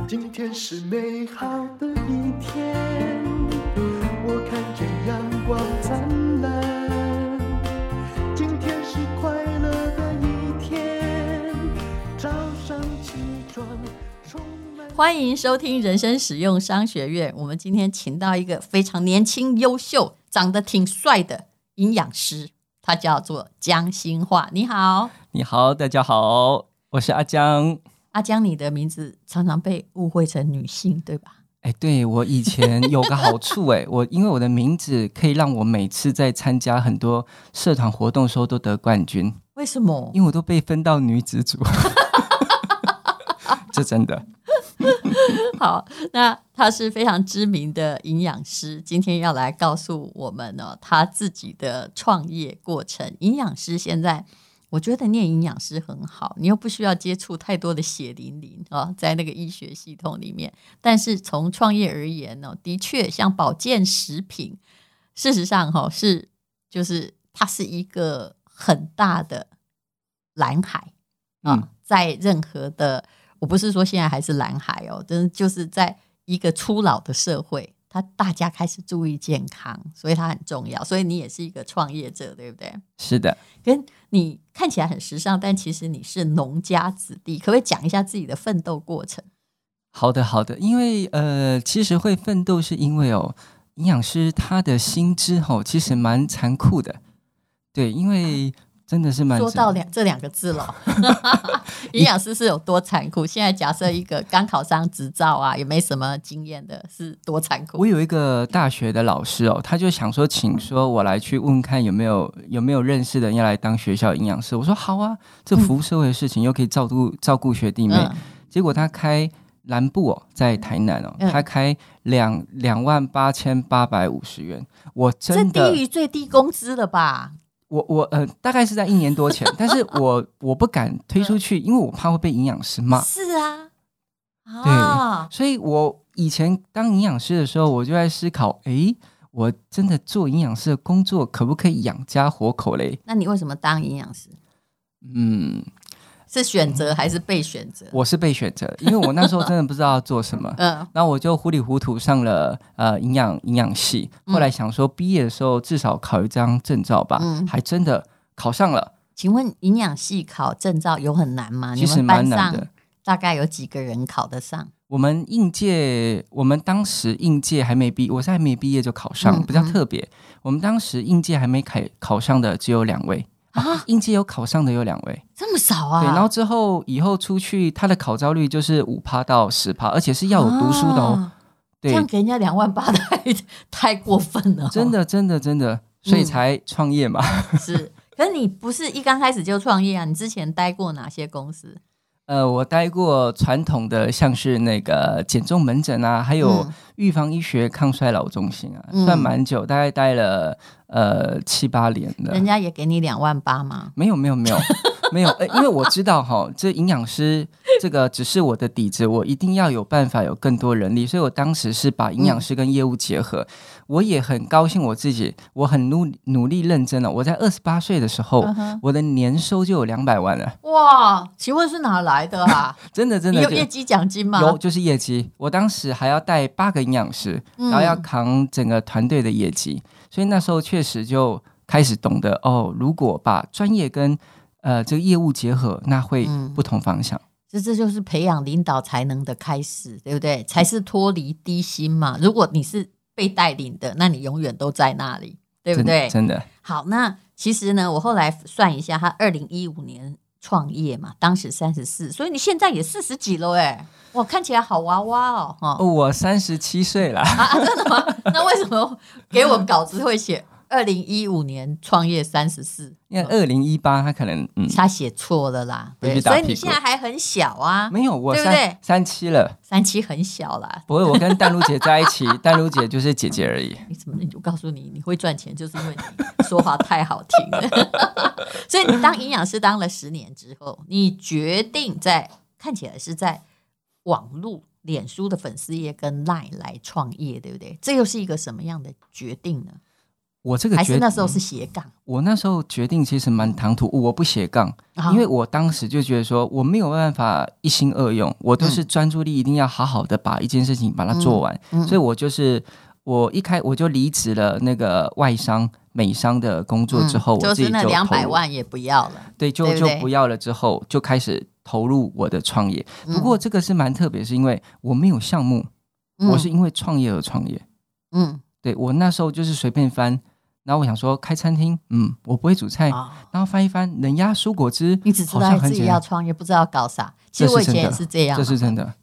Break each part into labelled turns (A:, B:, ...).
A: 今天是美好的一天，我看见阳光灿烂。今天是快乐的一天，早上起床充满。
B: 欢迎收听人生实用商学院。我们今天请到一个非常年轻、优秀、长得挺帅的营养师，他叫做江新化。你好。
C: 你好，大家好，我是阿江。
B: 阿江，你的名字常常被误会成女性，对吧？
C: 对，我以前有个好处因为我的名字可以让我每次在参加很多社团活动的时候都得冠军。
B: 为什么？
C: 因为我都被分到女子组。这真的。
B: 好，那他是非常知名的营养师，今天要来告诉我们他自己的创业过程。营养师现在我觉得念营养师很好，你又不需要接触太多的血淋淋在那个医学系统里面。但是从创业而言的确像保健食品，事实上就是它是一个很大的蓝海在任何的，我不是说现在还是蓝海真的就是在一个初老的社会，大家开始注意健康，所以它很重要。所以你也是一个创业者，对不对？
C: 是的。
B: 跟你看起来很时尚，但其实你是农家子弟，可不可以讲一下自己的奋斗过程？
C: 好的，因为其实会奋斗是因为营养师他的薪资其实蛮残酷的。对，因为真的是蛮
B: 说到这两个字了。营养师是有多残酷？现在假设一个刚考上执照也没什么经验的，是多残酷？
C: 我有一个大学的老师他就想说请说我来去问看有没有认识的人要来当学校营养师。我说好啊，这服务社会的事情又可以照顾学弟妹。结果他开南部在台南他开28850元，我真的
B: 这低于最低工资了吧？
C: 我大概是在1年多前，但是我不敢推出去，因为我怕会被营养师骂。
B: 是啊，
C: 对，所以我以前当营养师的时候，我就在思考，我真的做营养师的工作可不可以养家活口嘞？
B: 那你为什么当营养师？是选择还是被选择？
C: 我是被选择，因为我那时候真的不知道要做什么。然后我就糊里糊涂上了营养系。后来想说毕业的时候至少考一张证照吧，还真的考上了。
B: 请问营养系考证照有很难吗？
C: 其实蛮难的。
B: 你们班上大概有几个人考得上？
C: 我们当时应届还没毕，我是还没毕业就考上，比较特别。我们当时应届还没考上的只有2位。应届有考上的有2位，
B: 这么少啊？
C: 对，然后以后出去，他的考招率就是5%到10%，而且是要有读书的对，
B: 这样给人家28000太过分了
C: 真的，所以才创业嘛。
B: 是，可是你不是一刚开始就创业啊？你之前待过哪些公司？
C: 我待过传统的，像是那个减重门诊啊，还有预防医学抗衰老中心啊，算蛮久，大概待了7-8年的。
B: 人家也给你28000吗？
C: 没有，因为我知道这营养师这个只是我的底子，我一定要有办法有更多人力，所以我当时是把营养师跟业务结合。我也很高兴我自己，我很努力认真了。我在28岁的时候，我的年收就有200万了。
B: 哇，请问是哪来的啊？
C: 真的，
B: 你有业绩奖金吗？
C: 有，就是业绩。我当时还要带8个营养师，然后要扛整个团队的业绩，所以那时候确实就开始懂得如果把专业跟这个业务结合，那会不同方向。
B: 这就是培养领导才能的开始，对不对？才是脱离低薪嘛。如果你是被带领的，那你永远都在那里，对不对？
C: 真的。
B: 好，那其实呢，我后来算一下，他2015年创业嘛，当时34，所以你现在也40几了哇，看起来好娃娃
C: 我37岁了
B: 真的吗？那为什么给我稿子会写2015年创业34？
C: 因为2018他可能
B: 他写错了啦，对，所以你现在还很小啊。
C: 没有，我
B: 对不对
C: 37了
B: ，37很小啦。
C: 不会，我跟淡如姐在一起，淡如姐就是姐姐而已。
B: 我告诉你，你会赚钱，就是因为你说话太好听了。所以你当营养师当了10年之后，你决定看起来是在网络脸书的粉丝页跟 LINE 来创业，对不对？这又是一个什么样的决定呢？
C: 我这个
B: 还是那时候是斜杠？
C: 我那时候决定其实蛮唐突，我不斜杠，因为我当时就觉得说我没有办法一心二用，我都是专注力一定要好好的把一件事情把它做完，所以我我就离职了那个外商美商的工作之后，我自己
B: 就是那200万也不要了，
C: 对，就不要了之后就开始投入我的创业。不过这个是蛮特别，是因为我没有项目，我是因为创业而创业。对，我那时候就是随便翻，然后我想说开餐厅，我不会煮菜，然后翻一翻冷压蔬果汁，
B: 你只知道自己要创业，不知道搞啥。其实我以前也是这样，
C: 这是真的。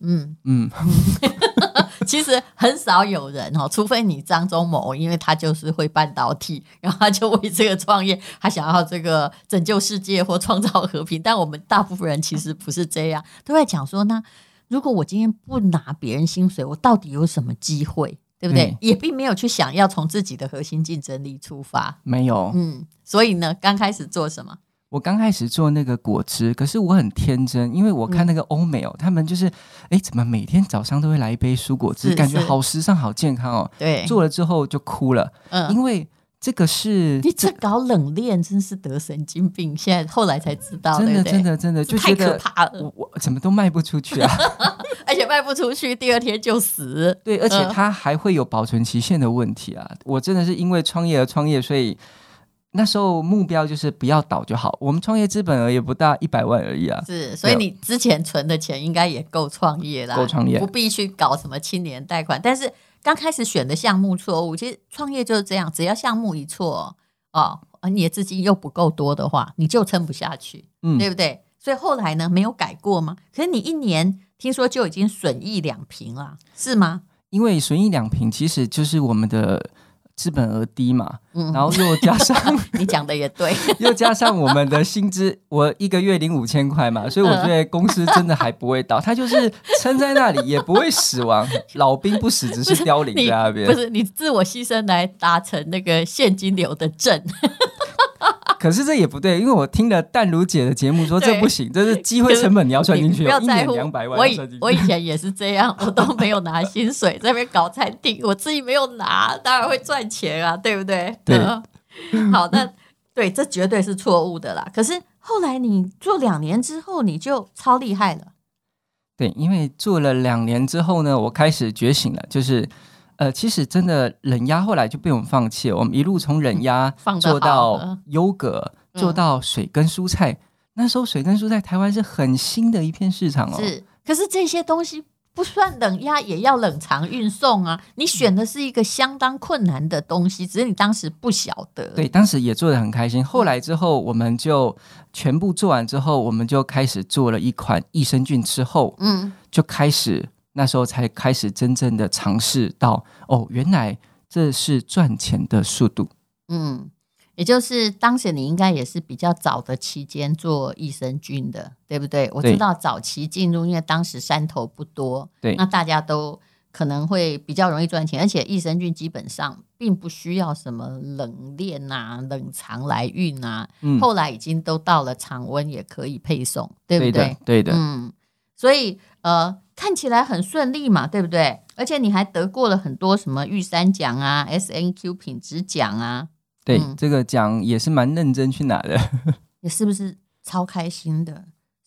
B: 其实很少有人除非你张忠谋，因为他就是会半导体，然后他就为这个创业，他想要这个拯救世界或创造和平。但我们大部分人其实不是这样，都在讲说，那如果我今天不拿别人薪水，我到底有什么机会？对不对？也并没有去想要从自己的核心竞争力出发，
C: 没有。
B: 所以呢，刚开始做什么？
C: 我刚开始做那个果汁，可是我很天真，因为我看那个欧美他们就是怎么每天早上都会来一杯蔬果汁，感觉好时尚好健康哦。
B: 对，
C: 做了之后就哭了，因为这个是
B: 你这搞冷链真是得神经病，现在后来才知道，
C: 真的
B: 对不对？
C: 真的就觉得
B: 太可怕了，
C: 我怎么都卖不出去啊
B: 而且卖不出去第二天就死。
C: 对，而且它还会有保存期限的问题啊。我真的是因为创业而创业，所以那时候目标就是不要倒就好。我们创业资本额也不大，100万而已啊。
B: 是，所以你之前存的钱应该也够创业啦，
C: 够创业，
B: 不必去搞什么青年贷款。但是刚开始选的项目错误，其实创业就是这样，只要项目一错你的资金又不够多的话，你就撑不下去，对不对？所以后来呢，没有改过吗？可是你1年听说就已经损益2平了，是吗？
C: 因为损益2平其实就是我们的资本额低嘛，然后又加上
B: 你讲的也对，
C: 又加上我们的薪资，我1个月领5000块嘛，所以我觉得公司真的还不会倒，它就是撑在那里也不会死亡，老兵不死只是凋零在那边。
B: 不是你自我牺牲来达成那个现金流的正。
C: 可是这也不对，因为我听了淡如姐的节目说这不行，这是机会成本你要算进去，
B: 不要在乎
C: 1年200万要算进去。
B: 我以前也是这样，我都没有拿薪水在那边搞餐厅，我自己没有拿，当然会赚钱啊，对不对？
C: 对。
B: 好，那对，这绝对是错误的啦。可是后来你做2年之后，你就超厉害了。
C: 对，因为做了2年之后呢，我开始觉醒了，就是其实真的冷压后来就被我们放弃了，我们一路从冷压做到优格，做到水跟蔬菜。那时候水跟蔬菜台湾是很新的一片市场哦。
B: 是，可是这些东西不算冷压也要冷藏运送啊，你选的是一个相当困难的东西，只是你当时不晓得。
C: 对，当时也做得很开心。后来之后我们就全部做完之后，我们就开始做了一款益生菌之后，就开始那时候才开始真正的尝试到原来这是赚钱的速度。
B: 也就是当时你应该也是比较早的期间做益生菌的，对不对？我知道早期进入，因为当时山头不多，
C: 对，
B: 那大家都可能会比较容易赚钱，而且益生菌基本上并不需要什么冷链啊、冷藏来运啊，后来已经都到了常温也可以配送，对不对？
C: 对的。
B: 所以看起来很顺利嘛，对不对？而且你还得过了很多什么玉山奖啊、SNQ 品质奖啊。
C: 对，这个奖也是蛮认真去拿的。
B: 你是不是超开心的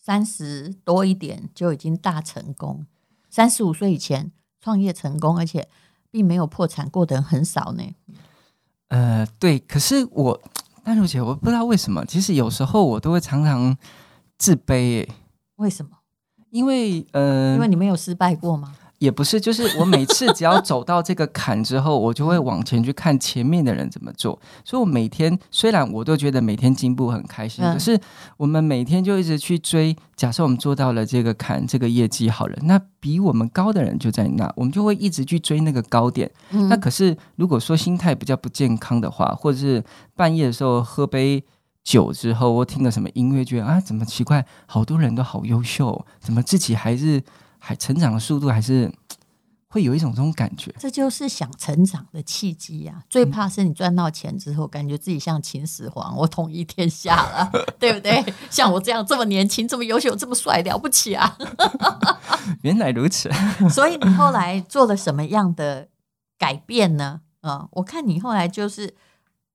B: ？30多一点就已经大成功，35岁以前创业成功，而且并没有破产过的人很少呢。
C: 对，可是淡如姐，我不知道为什么，其实有时候我都会常常自卑。
B: 为什么？
C: 因为
B: 你没有失败过吗？
C: 也不是，就是我每次只要走到这个坎之后，我就会往前去看前面的人怎么做。所以我每天虽然我都觉得每天进步很开心，可是我们每天就一直去追。假设我们做到了这个坎，这个业绩好了，那比我们高的人就在那，我们就会一直去追那个高点。那可是如果说心态比较不健康的话，或者是半夜的时候喝杯酒之后，我听了什么音乐，觉得怎么奇怪，好多人都好优秀，怎么自己还成长的速度还是会有一种这种感觉。
B: 这就是想成长的契机啊！最怕是你赚到钱之后，感觉自己像秦始皇，我统一天下了，对不对？像我这样这么年轻、这么优秀、这么帅，了不起啊！
C: 原来如此。
B: 所以你后来做了什么样的改变呢？我看你后来就是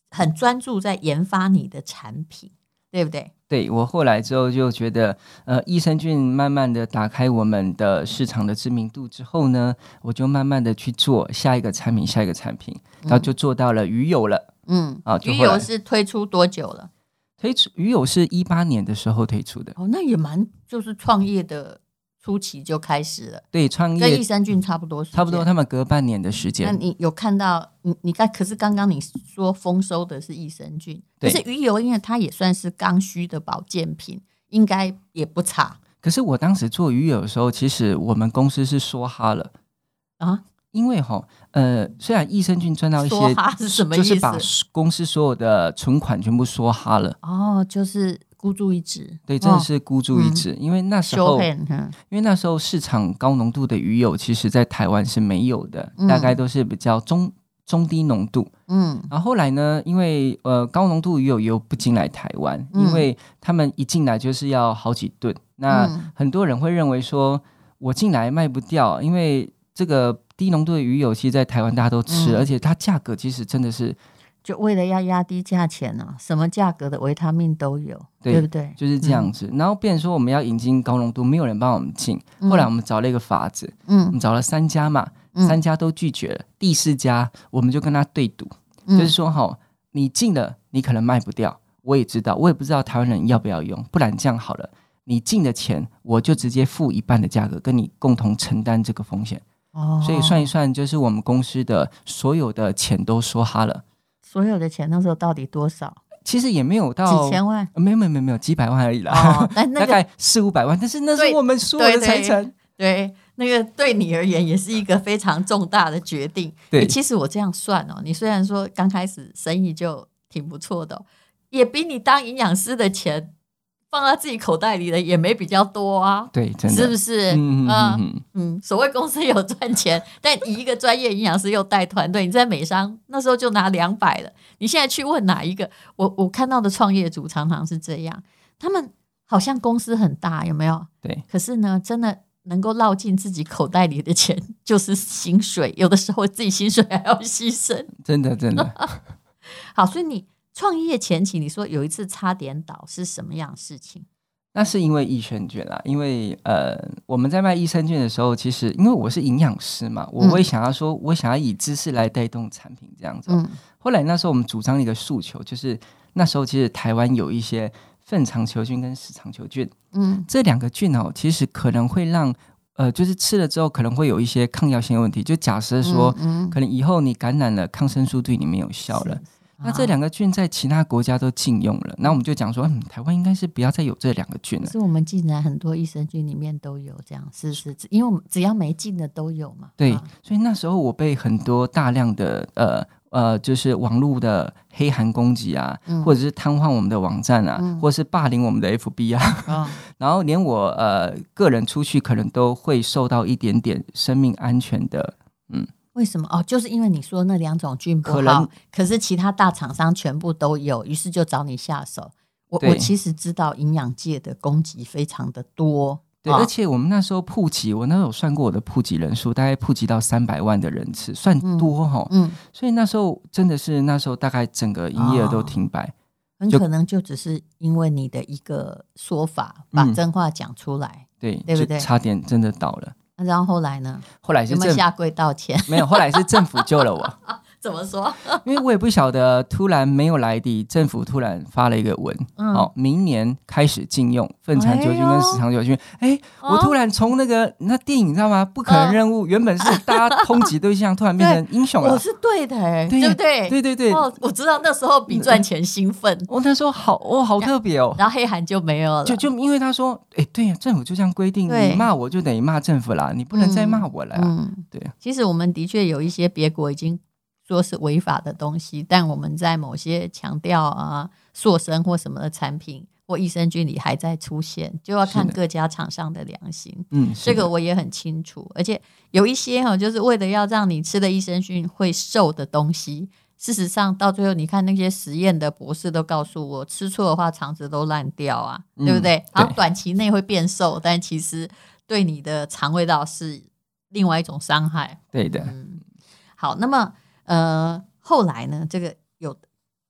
B: 很专注在研发你的产品，对不对？
C: 对，我后来之后就觉得，益生菌慢慢的打开我们的市场的知名度之后呢，我就慢慢的去做下一个产品，然后就做到了鱼油了。
B: 鱼油是推出多久了？
C: 鱼油是18年的时候推出的。
B: 那也蛮就是创业的初期就开始了。
C: 对，创业
B: 跟益生菌差不多，
C: 他们隔半年的时间。
B: 那你有看到可是刚刚你说丰收的是益生菌，可是鱼油因为它也算是刚需的保健品，应该也不差。
C: 可是我当时做鱼油的时候，其实我们公司是说哈了啊，因为虽然益生菌赚到一些，
B: 说哈是什么意思？
C: 就是把公司所有的存款全部说哈了。
B: 就是孤注一掷。
C: 对，真的是孤注一掷。因为那时候市场高浓度的鱼油其实在台湾是没有的，大概都是比较中低浓度。然后后来呢，因为高浓度鱼油又不进来台湾，因为他们一进来就是要好几吨。那很多人会认为说我进来卖不掉，因为这个低浓度的鱼油其实在台湾大家都吃，而且它价格其实真的是
B: 就为了要压低价钱什么价格的维他命都有， 对不对？
C: 就是这样子。然后变成说我们要引进高浓度，没有人帮我们进。后来我们找了一个法子，我们找了3家嘛，3家都拒绝了。第4家我们就跟他对赌，就是说你进了你可能卖不掉，我也知道，我也不知道台湾人要不要用，不然这样好了，你进的钱我就直接付1半的价格，跟你共同承担这个风险。所以算一算，就是我们公司的所有的钱都说哈了。
B: 所有的钱那时候到底多少？
C: 其实也没有到
B: 几千万，
C: 没有几百万而已啦。大概400-500万，但是那是我们所有的财产。
B: 对，那个对你而言也是一个非常重大的决定。对，其实我这样算你虽然说刚开始生意就挺不错的，也比你当营养师的钱放在自己口袋里的也没比较多啊。
C: 对，真的
B: 是不是？所谓公司有赚钱，但以一个专业营养师又带团队，你在美商那时候就拿200了。你现在去问哪一个？我看到的创业主常常是这样，他们好像公司很大，有没有？
C: 对。
B: 可是呢，真的能够落进自己口袋里的钱就是薪水，有的时候自己薪水还要牺牲。真
C: 的。
B: 好，所以你创业前期你说有一次差点倒是什么样的事情？
C: 那是因为益生菌啦，因为我们在卖益生菌的时候，其实因为我是营养师嘛，我会想要说我想要以知识来带动产品这样子。后来那时候我们主张一个诉求，就是那时候其实台湾有一些粪肠球菌跟屎肠球菌，这2个菌其实可能会让就是吃了之后可能会有一些抗药性的问题。就假设说可能以后你感染了，抗生素对你没有效了，那这2个菌在其他国家都禁用了，那我们就讲说台湾应该是不要再有这2个菌了。
B: 是我们竟然很多益生菌里面都有这样，是因为我们只要没进的都有嘛。
C: 对，所以那时候我被很多大量的就是网络的黑函攻击啊，或者是瘫痪我们的网站啊，或者是霸凌我们的 FB 啊，然后连我个人出去可能都会受到一点点生命安全的
B: 为什么？就是因为你说那2种菌不好，可是其他大厂商全部都有，于是就找你下手。我其实知道营养界的攻击非常的多。
C: 对，而且我们那时候普及，我那时候有算过我的普及人数，大概普及到300万的人次，算多所以那时候真的是大概整个营业额都停摆。
B: 很可能就只是因为你的一个说法，把真话讲出来，
C: 对
B: 不对？
C: 差点真的倒了。
B: 然后后来呢？
C: 后来是
B: 有没有下跪道歉？
C: 没有，后来是政府救了我。
B: 怎么说？
C: 因为我也不晓得，突然没有来的政府突然发了一个文，明年开始禁用粪肠球菌跟屎肠球菌。我突然从那电影你知道吗？不可能任务原本是大家抨击对象，突然变成英雄了。
B: 我是对的对不对？
C: 对。
B: 我知道那时候比赚钱兴奋。
C: 我那时候好特别哦。
B: 然后黑函就没有了，
C: 就因为他说，对，政府就这样规定，你骂我就等于骂政府啦，你不能再骂我了。对。
B: 其实我们的确有一些别国已经说是违法的东西，但我们在某些强调塑身或什么的产品或益生菌里还在出现，就要看各家厂商的良心。这个我也很清楚。而且有一些就是为了要让你吃的益生菌会瘦的东西，事实上到最后你看那些实验的博士都告诉我，吃错的话肠子都烂掉啊，对不对？然后短期内会变瘦，但其实对你的肠胃道是另外一种伤害。
C: 对的。
B: 好，那么后来呢，这个有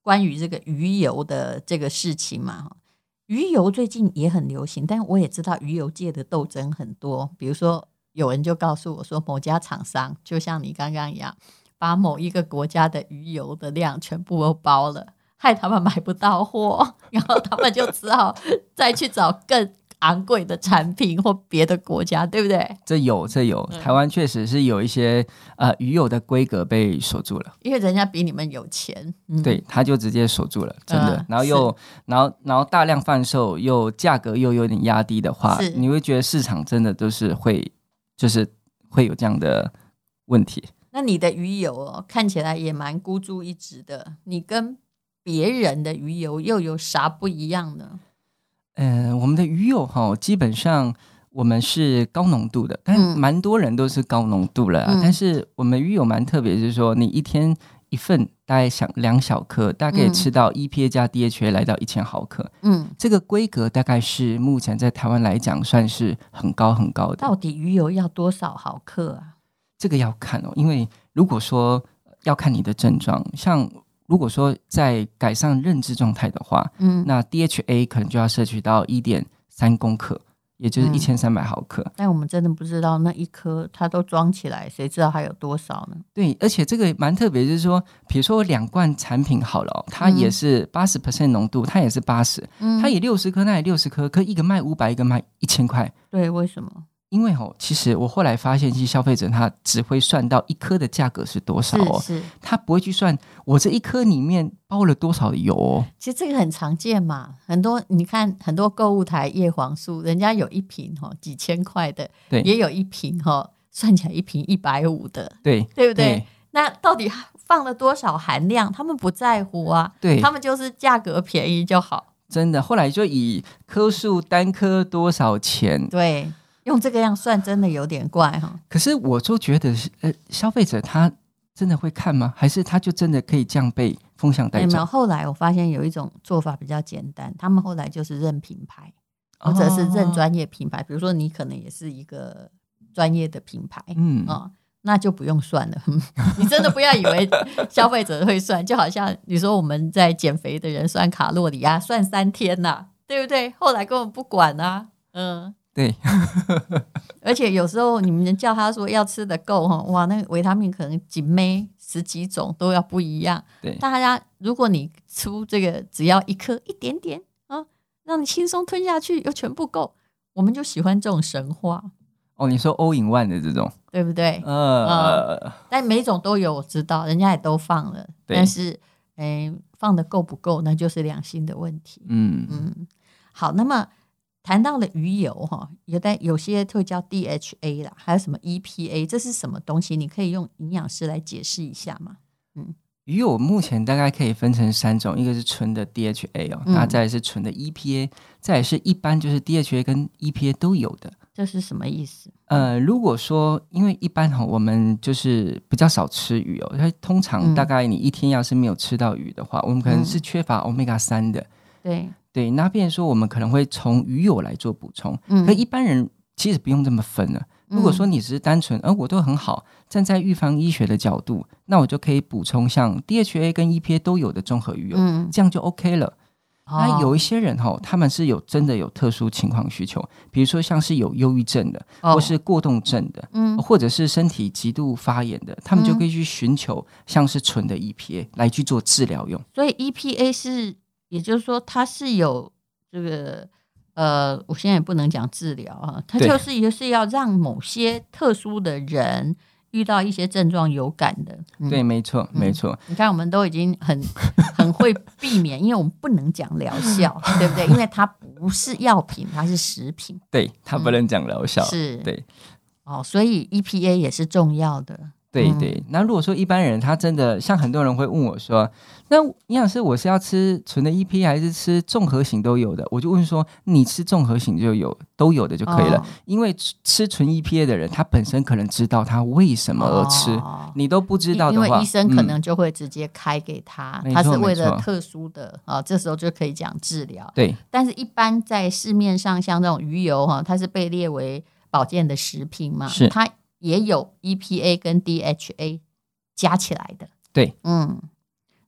B: 关于这个鱼油的这个事情嘛。鱼油最近也很流行，但我也知道鱼油界的斗争很多。比如说，有人就告诉我说，某家厂商就像你刚刚一样，把某一个国家的鱼油的量全部都包了，害他们买不到货，然后他们就只好再去找更昂贵的产品或别的国家，对不对？
C: 这有台湾确实是有一些鱼油的规格被锁住了，
B: 因为人家比你们有钱，
C: 对，他就直接锁住了，真的。然后然后大量贩售，又价格又有点压低的话，你会觉得市场真的都是会有这样的问题。
B: 那你的鱼油看起来也蛮孤注一掷的，你跟别人的鱼油又有啥不一样呢？
C: 我们的鱼油基本上我们是高浓度的，但蛮多人都是高浓度了但是我们鱼油蛮特别，就是说你一天一份大概2小克，大概可以吃到 EPA 加 DHA 来到1000毫克。这个规格大概是目前在台湾来讲算是很高很高的。
B: 到底鱼油要多少毫克啊？
C: 这个要看因为如果说要看你的症状，像如果说在改善认知状态的话，那 DHA 可能就要摄取到 1.3公克，也就是1300毫克。
B: 但我们真的不知道那一颗它都装起来，谁知道还有多少呢？
C: 对，而且这个蛮特别，就是说比如说2罐产品好了它也是 80% 浓度，它也是80，它也60颗，那也60颗，可一个卖500，一个卖1000块。
B: 对，为什么？
C: 因为其实我后来发现，其实消费者他只会算到一颗的价格是多少他不会去算我这一颗里面包了多少的油
B: 其实这个很常见嘛，你看很多购物台叶黄素，人家有一瓶几千块的，
C: 对，
B: 也有一瓶算起来一瓶150的，
C: 对
B: 不对？那到底放了多少含量，他们不在乎啊，
C: 对，
B: 他们就是价格便宜就好。
C: 真的，后来就以颗数单颗多少钱，
B: 对。用这个样算真的有点怪
C: 可是我就觉得消费者他真的会看吗？还是他就真的可以这样被风向带走？
B: 后来我发现有一种做法比较简单，他们后来就是认品牌或者是认专业品牌，比如说你可能也是一个专业的品牌那就不用算了你真的不要以为消费者会算，就好像你说我们在减肥的人算卡路里算3天对不对？后来根本不管
C: 对
B: 而且有时候你们叫他说要吃的够哇，那个维他命可能几枚10几种都要不一样。
C: 对，
B: 大家如果你出这个只要一颗一点点让你轻松吞下去又全部够，我们就喜欢这种神话
C: 你说all in one的这种
B: 对不对？但每种都有，我知道人家也都放了，但是放的够不够那就是良心的问题。好，那么谈到了鱼油有些会叫 DHA 啦，还有什么 EPA， 这是什么东西？你可以用营养师来解释一下吗？
C: 鱼油目前大概可以分成3种，一个是纯的 DHA 那再来是纯的 EPA， 再来是一般就是 DHA 跟 EPA 都有的。
B: 这是什么意思？
C: 如果说因为一般我们就是比较少吃鱼它通常大概你一天要是没有吃到鱼的话我们可能是缺乏 Omega 3的。对，那变成说我们可能会从鱼油来做补充可一般人其实不用这么分了。如果说你只是单纯我都很好，站在预防医学的角度，那我就可以补充像 DHA 跟 EPA 都有的综合鱼油这样就 OK 了。那有一些人他们是真的有特殊情况需求，比如说像是有忧郁症的或是过动症的或者是身体极度发炎的，他们就可以去寻求像是纯的 EPA 来去做治疗用。
B: 所以 EPA 是也就是说它是有这个我现在也不能讲治疗它就是要让某些特殊的人遇到一些症状有感的
C: 对，没错没错。
B: 你看我们都已经很会避免因为我们不能讲疗效对不对？因为它不是药品，它是食品，
C: 对，它不能讲疗效
B: 是
C: 对
B: 所以 EPA 也是重要的。
C: 对对，那如果说一般人他真的像很多人会问我说，那营养师我是要吃纯的 EPA 还是吃综合型都有的？我就问说你吃综合型都有的就可以了因为吃纯 EPA 的人他本身可能知道他为什么而吃你都不知道的话，
B: 因为医生可能就会直接开给他他是为了特殊的这时候就可以讲治疗。
C: 对，
B: 但是一般在市面上像这种鱼油它是被列为保健的食品嘛，
C: 是
B: 它也有 EPA 跟 DHA 加起来的。
C: 对，
B: 那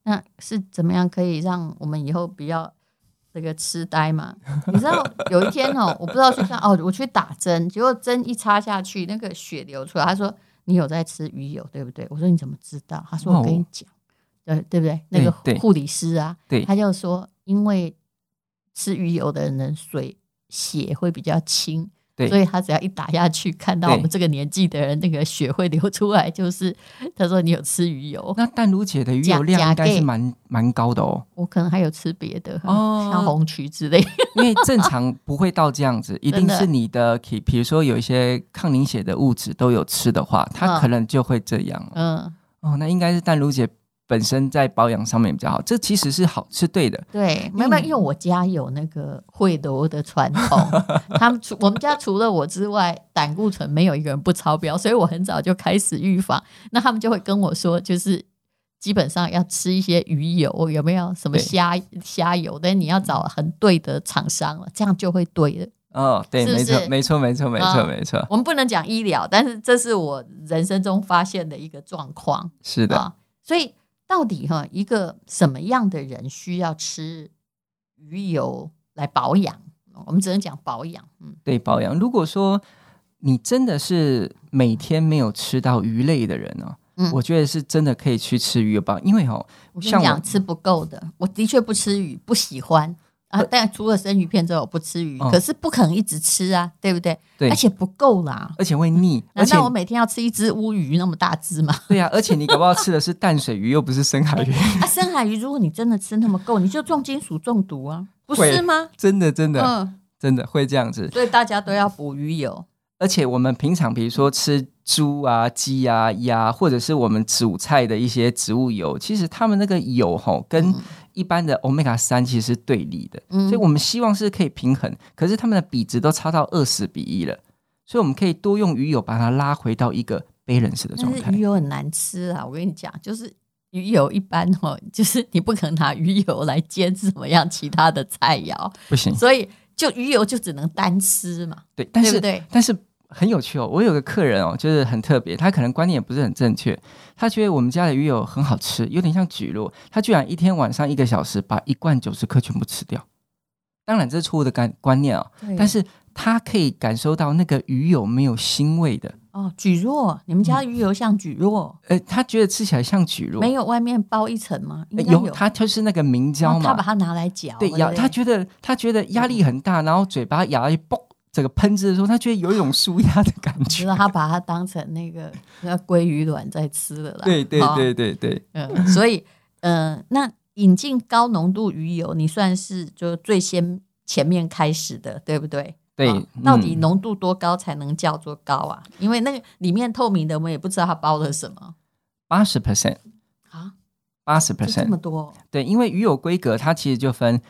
B: 那是怎么样可以让我们以后不要这个痴呆嘛？你知道有一天我不知道去看我去打针，结果针一插下去，那个血流出来。他说你有在吃鱼油对不对？我说你怎么知道？他说我跟你讲，对不对？那个护理师啊，他就说因为吃鱼油的人的血会比较轻。所以他只要一打下去，看到我们这个年纪的人，那个血会流出来，就是他说你有吃鱼油。
C: 那淡如姐的鱼油量应该是蛮高的哦。
B: 我可能还有吃别的，像红曲之类。
C: 因为正常不会到这样子，一定是你的，比如说有一些抗凝血的物质都有吃的话，它可能就会这样。那应该是淡如姐本身在保养上面比较好，这其实是好，是对的。
B: 对，因为我家有那个会流的传统，我们家除了我之外，胆固醇没有一个人不超标，所以我很早就开始预防。那他们就会跟我说，就是基本上要吃一些鱼油，有没有什么虾油？但你要找很对的厂商了，这样就会对了。
C: 对，
B: 是不是？
C: 没错。
B: 我们不能讲医疗，但是这是我人生中发现的一个状况。
C: 是的，
B: 所以到底一个什么样的人需要吃鱼油来保养？我们只能讲保养。
C: 对，保养。如果说你真的是每天没有吃到鱼类的人我觉得是真的可以去吃鱼油保养，因为
B: 我跟你讲吃不够的，我的确不吃鱼，不喜欢。但除了生鱼片之后我不吃鱼，可是不可能一直吃啊，对不对？
C: 对，
B: 而且不够啦，
C: 而且会腻。
B: 难道我每天要吃一只乌鱼那么大只吗？
C: 对啊，而且你搞不好吃的是淡水鱼，又不是深海鱼。
B: 深海鱼如果你真的吃那么够，你就重金属中毒啊，不是吗？
C: 真的会这样子。
B: 所以大家都要补鱼油。
C: 而且我们平常比如说吃猪啊、鸡啊、鸭，或者是我们煮菜的一些植物油，其实他们那个油跟一般的 Omega-3 其实是对立的，所以我们希望是可以平衡，可是他们的比值都差到20:1了，所以我们可以多用鱼油把它拉回到一个 balance 的状态。
B: 但是鱼油很难吃啊，我跟你讲，就是鱼油一般就是你不可能拿鱼油来煎什么样其他的菜肴，
C: 不行，
B: 所以就鱼油就只能单吃嘛。
C: 对，但是很有趣我有个客人就是很特别，他可能观念也不是很正确，他觉得我们家的鱼油很好吃，有点像蒟蒻，他居然一天晚上1个小时把1罐90克全部吃掉。当然这是错误的观念但是他可以感受到那个鱼油没有腥味的。
B: 蒟蒻，你们家的鱼油像蒟蒻？
C: 他觉得吃起来像蒟蒻，
B: 没有外面包一层吗？
C: 有，他就是那个明胶嘛，
B: 他把它拿来嚼，
C: 对，他觉得压力很大，然后嘴巴咬一嘣，这个喷汁的时候，他觉得有一种舒压的感觉。
B: 他把它当成那个鲑鱼卵在吃了啦。
C: 对。
B: 所以那引进高浓度鱼油，你算是就最前面开始的，对不对？
C: 对。
B: 到底浓度多高才能叫做高啊？因为那个里面透明的，我们也不知道它包了什么。
C: 80%
B: 啊
C: ，80%
B: 这么多？
C: 对，因为鱼油规格它其实就分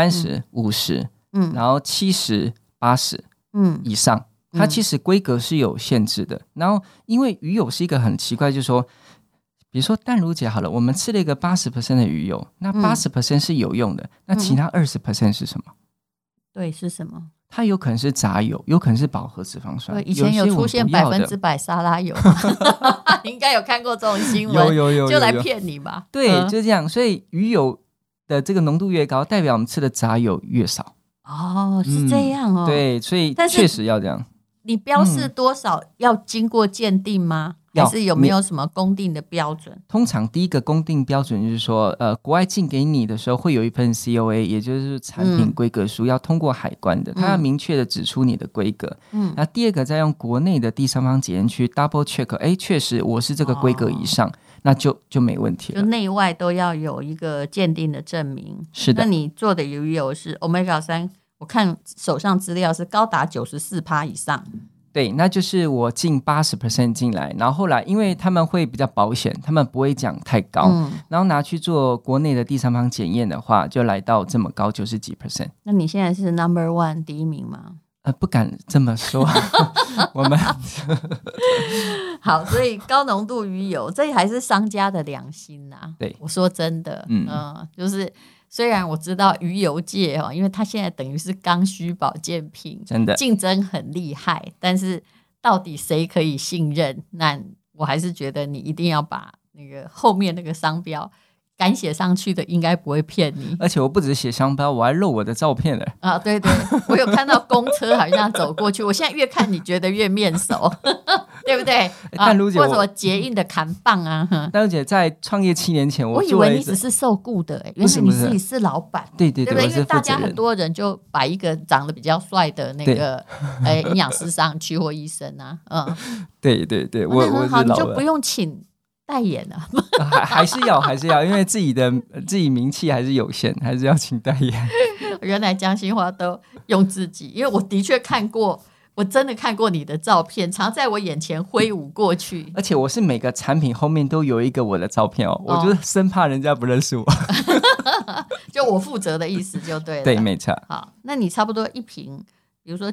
C: 30、50，然后70、80。以上，它其实规格是有限制的。然后因为鱼油是一个很奇怪，就是说比如说淡如姐好了，我们吃了一个80% 的鱼油，那80% 是有用的，那其他20% 是什么？
B: 对，是什么？
C: 它有可能是杂油，有可能是饱和脂肪酸。
B: 对，以前有出现100%沙拉油你应该有看过这种新闻。
C: 有
B: 就来骗你吧。
C: 对，就这样。所以鱼油的这个浓度越高，代表我们吃的杂油越少。
B: 是这样
C: 对，所以确实要这样。
B: 你标示多少要经过鉴定吗？还是有没有什么公定的标准？
C: 通常第一个公定标准就是说国外进给你的时候会有一份 COA， 也就是产品规格书，要通过海关的，它要明确的指出你的规格。那第二个再用国内的第三方检验去 double check， 确实我是这个规格以上，那就没问题了。
B: 就内外都要有一个鉴定的证明。
C: 是的。
B: 那你做的鱼油是 Omega-3， 我看手上资料是高达 94% 以上。
C: 对，那就是我进 80% 进来，然后后来因为他们会比较保险，他们不会讲太高，然后拿去做国内的第三方检验的话，就来到这么高90几%。
B: 那你现在是 No.1 第一名吗？
C: 不敢这么说我们
B: 好，所以高浓度鱼油这还是商家的良心啊。
C: 对，
B: 我说真的就是虽然我知道鱼油界因为它现在等于是刚需保健品，
C: 真的
B: 竞争很厉害，但是到底谁可以信任？那我还是觉得你一定要把那个后面那个商标敢写上去的应该不会骗你。
C: 而且我不只写商标，我还露我的照片了
B: 啊！对对，我有看到公车好像走过去，我现在越看你觉得越面熟，对不对？
C: 但如姐，
B: 或者我捷运的扛棒啊。
C: 但如姐在创业7年前，
B: 我以为你只是受雇的，原来你自己是老板。
C: 对对对，
B: 因为大家很多人就把一个长得比较帅的那个营养师上去或医生啊，
C: 对对对，我
B: 很好，
C: 是老板，
B: 你就不用请代言了。
C: 还是要，因为自己名气还是有限，还是要请代言。
B: 原来江心花都用自己，因为我的确看过，我真的看过你的照片，常在我眼前挥舞过去。
C: 而且我是每个产品后面都有一个我的照片哦，我就是生怕人家不认识我。
B: 就我负责的意思就对了。
C: 对，没错。
B: 好，那你差不多一瓶，比如说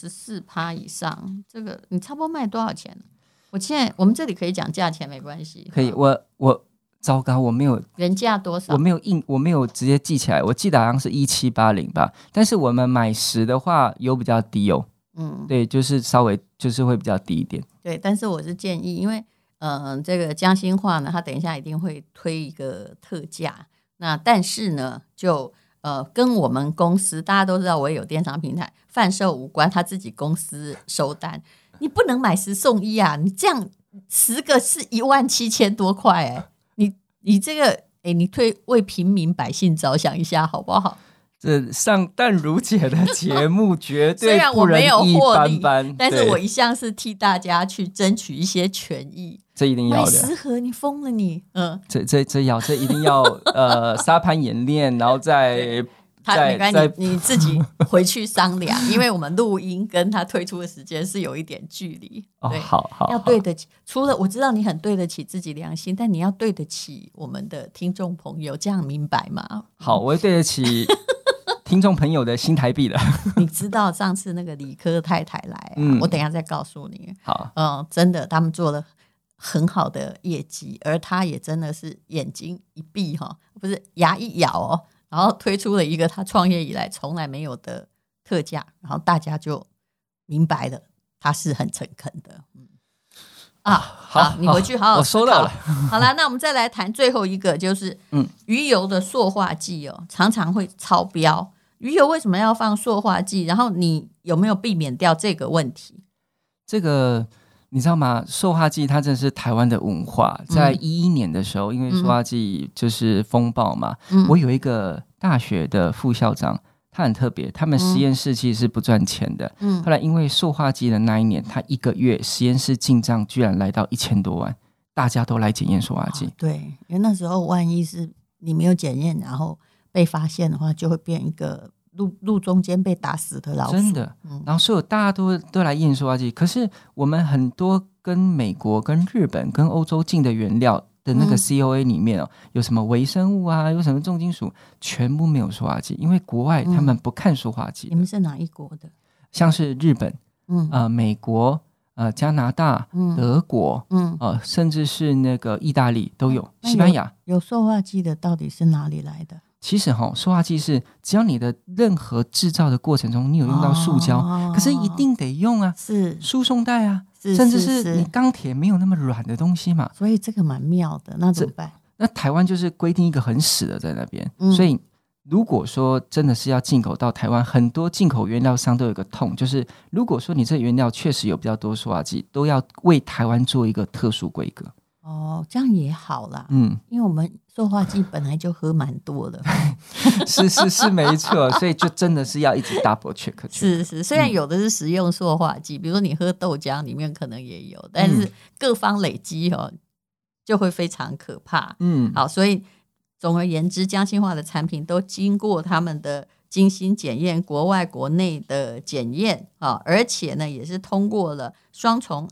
B: 94%以上，这个你差不多卖多少钱？我们这里可以讲价钱没关系。
C: 可以，我糟糕，我没有
B: 原价多少？
C: 我没有直接记起来，我记得好像是1780吧。但是我们买10的话有比较低哦。对，就是稍微就是会比较低一点。
B: 对，但是我是建议，因为这个江心化呢，它等一下一定会推一个特价。那但是呢，就跟我们公司大家都知道，我也有电商平台，贩售无关，他自己公司收单。你不能买10送1啊！你这样10个是17000多块哎，你这个你为平民百姓着想一下好不好？
C: 这上淡如姐的节目绝对不能一般般，
B: 但是我一向是替大家去争取一些权益，
C: 这一定要的。
B: 买10盒，你疯了你！
C: 这一定要沙盘演练，然后再。
B: 没关系，你自己回去商量，因为我们录音跟他推出的时间是有一点距离。对，
C: 好，
B: 要对得起。除了我知道你很对得起自己良心，但你要对得起我们的听众朋友，这样明白吗？
C: 好，我会对得起听众朋友的新台币的。
B: 你知道上次那个理科太太来我等一下再告诉你。
C: 好，
B: 真的，他们做了很好的业绩，而他也真的是眼睛一闭不是牙一咬然后推出了一个他创业以来从来没有的特价，然后大家就明白了他是很诚恳的。好，你回去好好思考。
C: 我收到了。
B: 好啦，那我们再来谈最后一个，就是鱼油的塑化剂常常会超标。鱼油为什么要放塑化剂？然后你有没有避免掉这个问题？
C: 这个你知道吗？塑化剂它真的是台湾的文化。在2011年的时候，因为塑化剂就是风暴嘛，我有一个大学的副校长，他很特别，他们实验室其实是不赚钱的。后来因为塑化剂的那一年，他1个月实验室进账居然来到1000多万，大家都来检验塑化剂。
B: 对，因为那时候万一是你没有检验，然后被发现的话，就会变一个路中间被打死的老鼠。
C: 真的。然后所有大家都来验塑化剂，可是我们很多跟美国、跟日本、跟欧洲进的原料的那个 COA 里面有什么微生物啊，有什么重金属，全部没有塑化剂，因为国外他们不看塑化剂。
B: 你们是哪一国的？
C: 像是日本、美国、加拿大、德国、甚至是那个意大利都有，西班牙
B: 有塑化剂的到底是哪里来的？
C: 其实塑化剂是只要你的任何制造的过程中你有用到塑胶，可是一定得用啊，
B: 是
C: 输送带啊，甚至是你钢铁没有那么软的东西嘛，
B: 所以这个蛮妙的。那怎么办？
C: 那台湾就是规定一个很死的在那边，所以如果说真的是要进口到台湾，很多进口原料商都有一个痛，就是如果说你这原料确实有比较多塑化剂，都要为台湾做一个特殊规格。
B: 这样也好啦。因为我们塑化剂本来就喝蛮多的。
C: 是没错，所以就真的是要一直 double check。
B: 是，虽然有的是食用塑化剂，比如说你喝豆浆里面可能也有，但是各方累积就会非常可怕。好，所以总而言之，江心化的产品都经过他们的精心检验，国外国内的检验而且呢也是通过了双重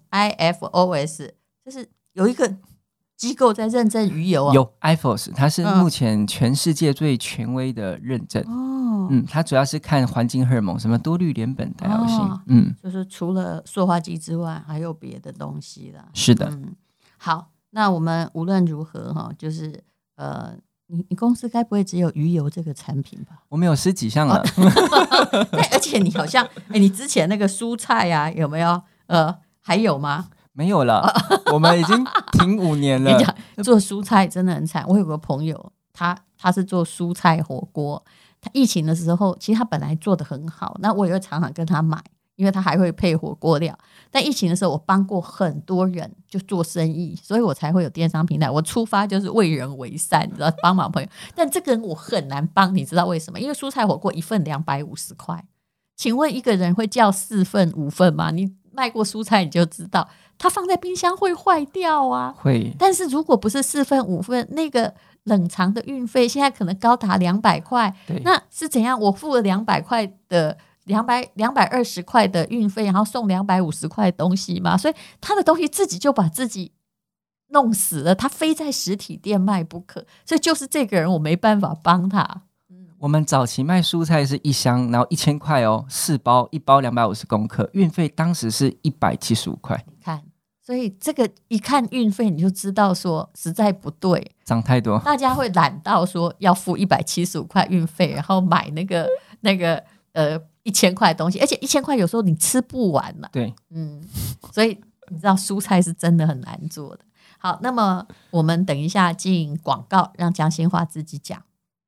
B: IFOS， 就是有一个机构在认证鱼油
C: 有 IFOS， 它是目前全世界最权威的认证。它主要是看环境荷尔蒙，什么多氯联苯代药性。
B: 就是除了塑化剂之外还有别的东西啦。
C: 是的。
B: 好，那我们无论如何就是你公司该不会只有鱼油这个产品吧？
C: 我们有10几项了。
B: 对，而且你好像你之前那个蔬菜啊有没有还有吗？
C: 没有了，我们已经停5年了。
B: 做蔬菜真的很惨。我有个朋友他是做蔬菜火锅，他疫情的时候其实他本来做得很好，那我也会常常跟他买，因为他还会配火锅料。但疫情的时候我帮过很多人就做生意，所以我才会有电商平台。我出发就是为人为善，你知道，帮忙朋友。但这个人我很难帮，你知道为什么？因为蔬菜火锅一份250块，请问一个人会叫4份5份吗？你卖过蔬菜你就知道，它放在冰箱会坏掉啊。
C: 会，
B: 但是如果不是4份5份，那个冷藏的运费现在可能高达200块，那是怎样？我付了200块的220块的运费，然后送250块的东西嘛，所以他的东西自己就把自己弄死了，他非在实体店卖不可，所以就是这个人我没办法帮他。
C: 我们早期卖蔬菜是1箱，然后1000块哦，4包，1包250公克，运费当时是175块。
B: 你看，所以这个一看运费你就知道说实在不对，
C: 涨太多，
B: 大家会懒到说要付175块运费，然后买那个1000块的东西，而且1000块有时候你吃不完了。
C: 对，
B: 所以你知道蔬菜是真的很难做的。好，那么我们等一下进广告，让江心华自己讲。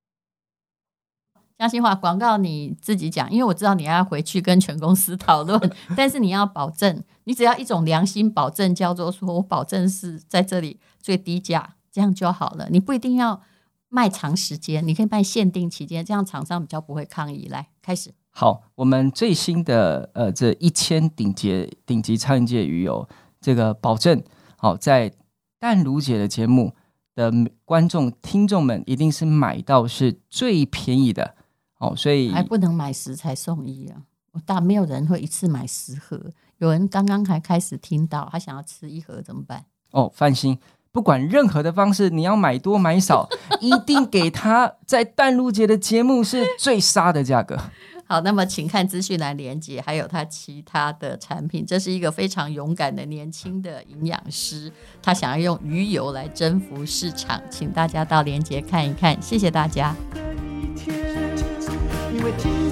B: 江心华，广告你自己讲，因为我知道你要回去跟全公司讨论，但是你要保证，你只要一种良心保证，叫做说我保证是在这里最低价，这样就好了。你不一定要卖长时间，你可以卖限定期间，这样厂商比较不会抗议。来，开始。
C: 好，我们最新的这1000顶级超级界鱼友这个保证，好，在淡如姐的节目的观众听众们一定是买到是最便宜的。所以
B: 还不能买10才送1啊！但没有人会一次买10盒，有人刚刚还开始听到，他想要吃1盒怎么办？
C: 放心，不管任何的方式，你要买多买少，一定给他在淡如姐的节目是最杀的价格。
B: 好，那么请看资讯栏连结，还有他其他的产品。这是一个非常勇敢的年轻的营养师，他想要用鱼油来征服市场，请大家到连结看一看。谢谢大家。
A: 因为今